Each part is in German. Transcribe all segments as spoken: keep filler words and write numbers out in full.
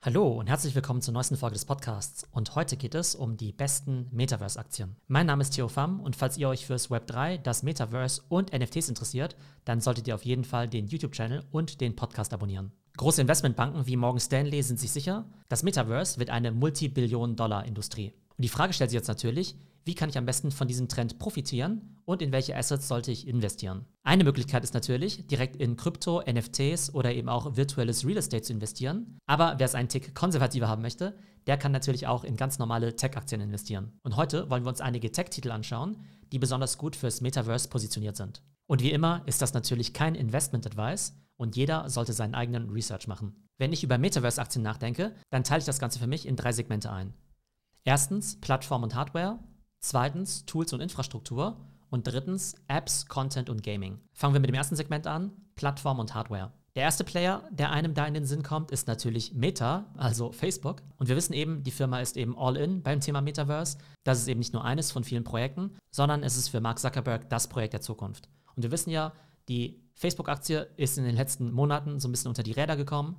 Hallo und herzlich willkommen zur neuesten Folge des Podcasts. Und heute geht es um die besten Metaverse-Aktien. Mein Name ist Theo Pham und falls ihr euch fürs Web drei, das Metaverse und N F Ts interessiert, dann solltet ihr auf jeden Fall den YouTube-Channel und den Podcast abonnieren. Große Investmentbanken wie Morgan Stanley sind sich sicher, das Metaverse wird eine Multi-Billion-Dollar-Industrie. Und die Frage stellt sich jetzt natürlich, wie kann ich am besten von diesem Trend profitieren und in welche Assets sollte ich investieren? Eine Möglichkeit ist natürlich, direkt in Krypto, N F Ts oder eben auch virtuelles Real Estate zu investieren. Aber wer es einen Tick konservativer haben möchte, der kann natürlich auch in ganz normale Tech-Aktien investieren. Und heute wollen wir uns einige Tech-Titel anschauen, die besonders gut fürs Metaverse positioniert sind. Und wie immer ist das natürlich kein Investment-Advice und jeder sollte seinen eigenen Research machen. Wenn ich über Metaverse-Aktien nachdenke, dann teile ich das Ganze für mich in drei Segmente ein. Erstens Plattform und Hardware, zweitens Tools und Infrastruktur und drittens Apps, Content und Gaming. Fangen wir mit dem ersten Segment an, Plattform und Hardware. Der erste Player, der einem da in den Sinn kommt, ist natürlich Meta, also Facebook. Und wir wissen eben, die Firma ist eben all in beim Thema Metaverse. Das ist eben nicht nur eines von vielen Projekten, sondern es ist für Mark Zuckerberg das Projekt der Zukunft. Und wir wissen ja, die Facebook-Aktie ist in den letzten Monaten so ein bisschen unter die Räder gekommen.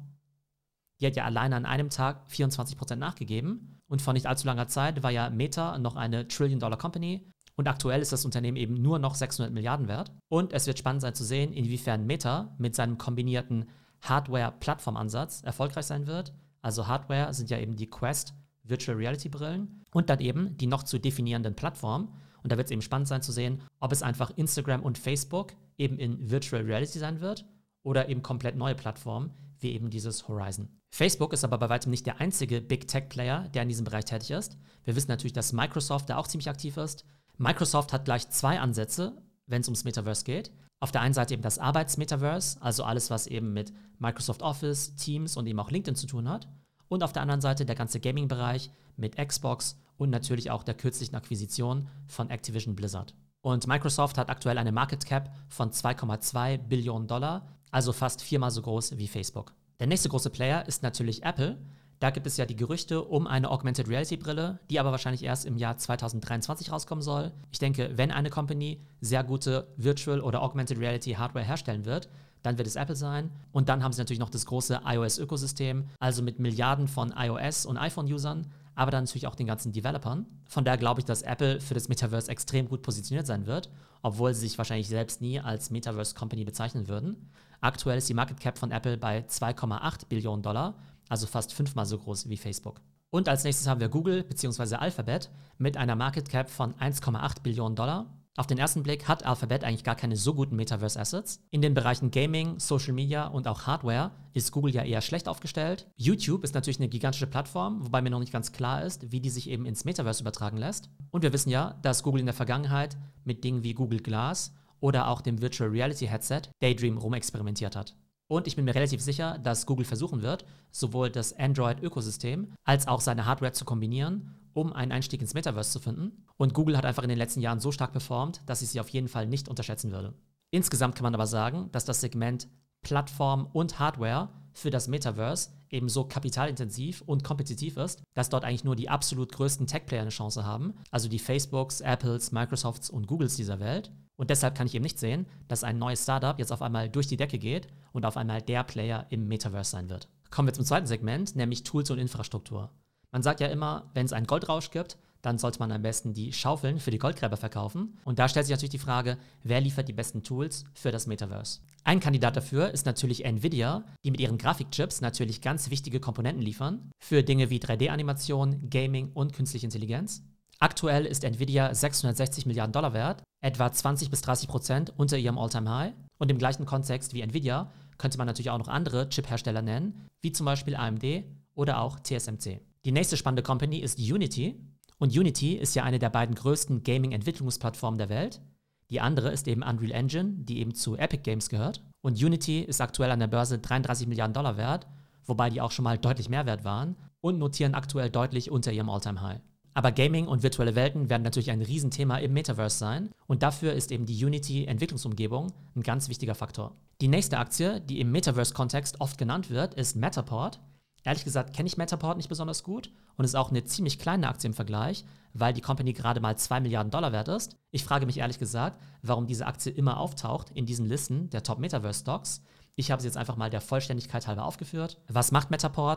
Die hat ja alleine an einem Tag vierundzwanzig Prozent nachgegeben. Und vor nicht allzu langer Zeit war ja Meta noch eine Trillion-Dollar-Company. Und aktuell ist das Unternehmen eben nur noch sechshundert Milliarden wert. Und es wird spannend sein zu sehen, inwiefern Meta mit seinem kombinierten Hardware-Plattform-Ansatz erfolgreich sein wird. Also Hardware sind ja eben die Quest Virtual Reality-Brillen und dann eben die noch zu definierenden Plattformen. Und da wird es eben spannend sein zu sehen, ob es einfach Instagram und Facebook eben in Virtual Reality sein wird oder eben komplett neue Plattformen, wie eben dieses Horizon. Facebook ist aber bei weitem nicht der einzige Big Tech Player, der in diesem Bereich tätig ist. Wir wissen natürlich, dass Microsoft da auch ziemlich aktiv ist. Microsoft hat gleich zwei Ansätze, wenn es ums Metaverse geht. Auf der einen Seite eben das Arbeits-Metaverse, also alles, was eben mit Microsoft Office, Teams und eben auch LinkedIn zu tun hat. Und auf der anderen Seite der ganze Gaming-Bereich mit Xbox und natürlich auch der kürzlichen Akquisition von Activision Blizzard. Und Microsoft hat aktuell eine Market Cap von zwei Komma zwei Billionen Dollar, also fast viermal so groß wie Facebook. Der nächste große Player ist natürlich Apple. Da gibt es ja die Gerüchte um eine Augmented Reality Brille, die aber wahrscheinlich erst im Jahr zweitausenddreiundzwanzig rauskommen soll. Ich denke, wenn eine Company sehr gute Virtual oder Augmented Reality Hardware herstellen wird, dann wird es Apple sein. Und dann haben sie natürlich noch das große iOS-Ökosystem, also mit Milliarden von iOS- und iPhone-Usern, aber dann natürlich auch den ganzen Developern. Von daher glaube ich, dass Apple für das Metaverse extrem gut positioniert sein wird, obwohl sie sich wahrscheinlich selbst nie als Metaverse-Company bezeichnen würden. Aktuell ist die Market Cap von Apple bei zwei Komma acht Billionen Dollar, also fast fünfmal so groß wie Facebook. Und als nächstes haben wir Google bzw. Alphabet mit einer Market Cap von eins Komma acht Billionen Dollar. Auf den ersten Blick hat Alphabet eigentlich gar keine so guten Metaverse-Assets. In den Bereichen Gaming, Social Media und auch Hardware ist Google ja eher schlecht aufgestellt. YouTube ist natürlich eine gigantische Plattform, wobei mir noch nicht ganz klar ist, wie die sich eben ins Metaverse übertragen lässt. Und wir wissen ja, dass Google in der Vergangenheit mit Dingen wie Google Glass oder auch dem Virtual Reality Headset Daydream rumexperimentiert hat. Und ich bin mir relativ sicher, dass Google versuchen wird, sowohl das Android-Ökosystem als auch seine Hardware zu kombinieren, um einen Einstieg ins Metaverse zu finden. Und Google hat einfach in den letzten Jahren so stark performt, dass ich sie auf jeden Fall nicht unterschätzen würde. Insgesamt kann man aber sagen, dass das Segment Plattform und Hardware für das Metaverse eben so kapitalintensiv und kompetitiv ist, dass dort eigentlich nur die absolut größten Tech-Player eine Chance haben, also die Facebooks, Apples, Microsofts und Googles dieser Welt. Und deshalb kann ich eben nicht sehen, dass ein neues Startup jetzt auf einmal durch die Decke geht und auf einmal der Player im Metaverse sein wird. Kommen wir zum zweiten Segment, nämlich Tools und Infrastruktur. Man sagt ja immer, wenn es einen Goldrausch gibt, dann sollte man am besten die Schaufeln für die Goldgräber verkaufen. Und da stellt sich natürlich die Frage, wer liefert die besten Tools für das Metaverse? Ein Kandidat dafür ist natürlich Nvidia, die mit ihren Grafikchips natürlich ganz wichtige Komponenten liefern für Dinge wie drei D-Animation, Gaming und künstliche Intelligenz. Aktuell ist Nvidia sechshundertsechzig Milliarden Dollar wert, etwa zwanzig bis dreißig Prozent unter ihrem All-Time-High. Und im gleichen Kontext wie Nvidia könnte man natürlich auch noch andere Chip-Hersteller nennen, wie zum Beispiel A M D oder auch T S M C. Die nächste spannende Company ist Unity. Und Unity ist ja eine der beiden größten Gaming-Entwicklungsplattformen der Welt. Die andere ist eben Unreal Engine, die eben zu Epic Games gehört. Und Unity ist aktuell an der Börse dreiunddreißig Milliarden Dollar wert, wobei die auch schon mal deutlich mehr wert waren und notieren aktuell deutlich unter ihrem All-Time-High. Aber Gaming und virtuelle Welten werden natürlich ein Riesenthema im Metaverse sein und dafür ist eben die Unity-Entwicklungsumgebung ein ganz wichtiger Faktor. Die nächste Aktie, die im Metaverse-Kontext oft genannt wird, ist Matterport. Ehrlich gesagt kenne ich Matterport nicht besonders gut und ist auch eine ziemlich kleine Aktie im Vergleich, weil die Company gerade mal zwei Milliarden Dollar wert ist. Ich frage mich ehrlich gesagt, warum diese Aktie immer auftaucht in diesen Listen der Top-Metaverse-Stocks. Ich habe sie jetzt einfach mal der Vollständigkeit halber aufgeführt. Was macht Matterport?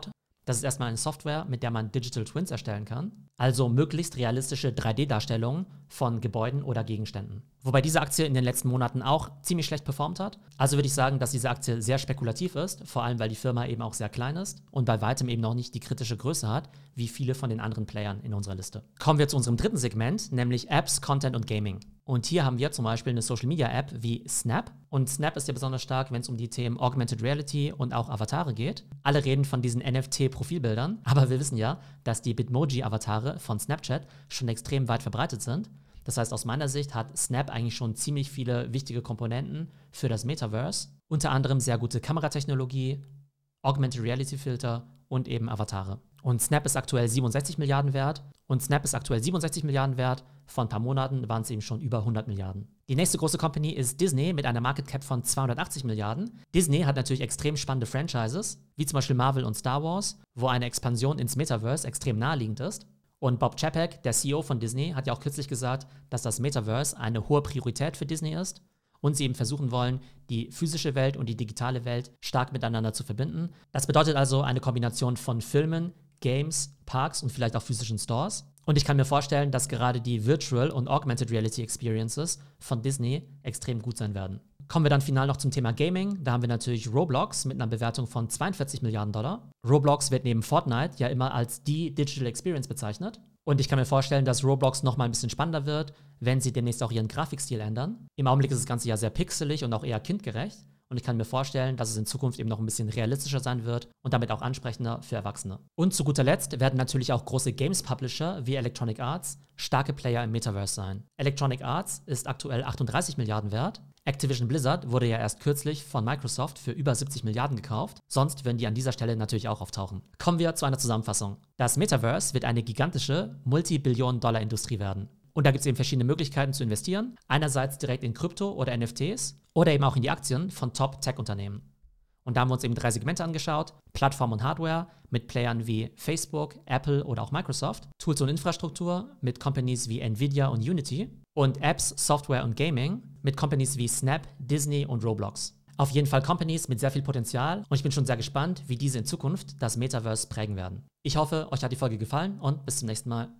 Das ist erstmal eine Software, mit der man Digital Twins erstellen kann, also möglichst realistische drei D-Darstellungen von Gebäuden oder Gegenständen. Wobei diese Aktie in den letzten Monaten auch ziemlich schlecht performt hat. Also würde ich sagen, dass diese Aktie sehr spekulativ ist, vor allem weil die Firma eben auch sehr klein ist und bei weitem eben noch nicht die kritische Größe hat, wie viele von den anderen Playern in unserer Liste. Kommen wir zu unserem dritten Segment, nämlich Apps, Content und Gaming. Und hier haben wir zum Beispiel eine Social-Media-App wie Snap. Und Snap ist ja besonders stark, wenn es um die Themen Augmented Reality und auch Avatare geht. Alle reden von diesen N F T-Profilbildern, aber wir wissen ja, dass die Bitmoji-Avatare von Snapchat schon extrem weit verbreitet sind. Das heißt, aus meiner Sicht hat Snap eigentlich schon ziemlich viele wichtige Komponenten für das Metaverse. Unter anderem sehr gute Kameratechnologie, Augmented Reality Filter und eben Avatare. Und Snap ist aktuell siebenundsechzig Milliarden wert. Und Snap ist aktuell siebenundsechzig Milliarden wert. Vor ein paar Monaten waren es eben schon über hundert Milliarden. Die nächste große Company ist Disney mit einer Market Cap von zweihundertachtzig Milliarden. Disney hat natürlich extrem spannende Franchises, wie zum Beispiel Marvel und Star Wars, wo eine Expansion ins Metaverse extrem naheliegend ist. Und Bob Chapek, der C E O von Disney, hat ja auch kürzlich gesagt, dass das Metaverse eine hohe Priorität für Disney ist und sie eben versuchen wollen, die physische Welt und die digitale Welt stark miteinander zu verbinden. Das bedeutet also eine Kombination von Filmen, Games, Parks und vielleicht auch physischen Stores. Und ich kann mir vorstellen, dass gerade die Virtual und Augmented Reality Experiences von Disney extrem gut sein werden. Kommen wir dann final noch zum Thema Gaming. Da haben wir natürlich Roblox mit einer Bewertung von zweiundvierzig Milliarden Dollar. Roblox wird neben Fortnite ja immer als die Digital Experience bezeichnet. Und ich kann mir vorstellen, dass Roblox nochmal ein bisschen spannender wird, wenn sie demnächst auch ihren Grafikstil ändern. Im Augenblick ist das Ganze ja sehr pixelig und auch eher kindgerecht. Und ich kann mir vorstellen, dass es in Zukunft eben noch ein bisschen realistischer sein wird und damit auch ansprechender für Erwachsene. Und zu guter Letzt werden natürlich auch große Games-Publisher wie Electronic Arts starke Player im Metaverse sein. Electronic Arts ist aktuell achtunddreißig Milliarden wert. Activision Blizzard wurde ja erst kürzlich von Microsoft für über siebzig Milliarden gekauft. Sonst würden die an dieser Stelle natürlich auch auftauchen. Kommen wir zu einer Zusammenfassung. Das Metaverse wird eine gigantische Multi-Billionen-Dollar-Industrie werden. Und da gibt es eben verschiedene Möglichkeiten zu investieren. Einerseits direkt in Krypto oder N F Ts oder eben auch in die Aktien von Top-Tech-Unternehmen. Und da haben wir uns eben drei Segmente angeschaut. Plattform und Hardware mit Playern wie Facebook, Apple oder auch Microsoft. Tools und Infrastruktur mit Companies wie Nvidia und Unity. Und Apps, Software und Gaming mit Companies wie Snap, Disney und Roblox. Auf jeden Fall Companies mit sehr viel Potenzial und ich bin schon sehr gespannt, wie diese in Zukunft das Metaverse prägen werden. Ich hoffe, euch hat die Folge gefallen und bis zum nächsten Mal.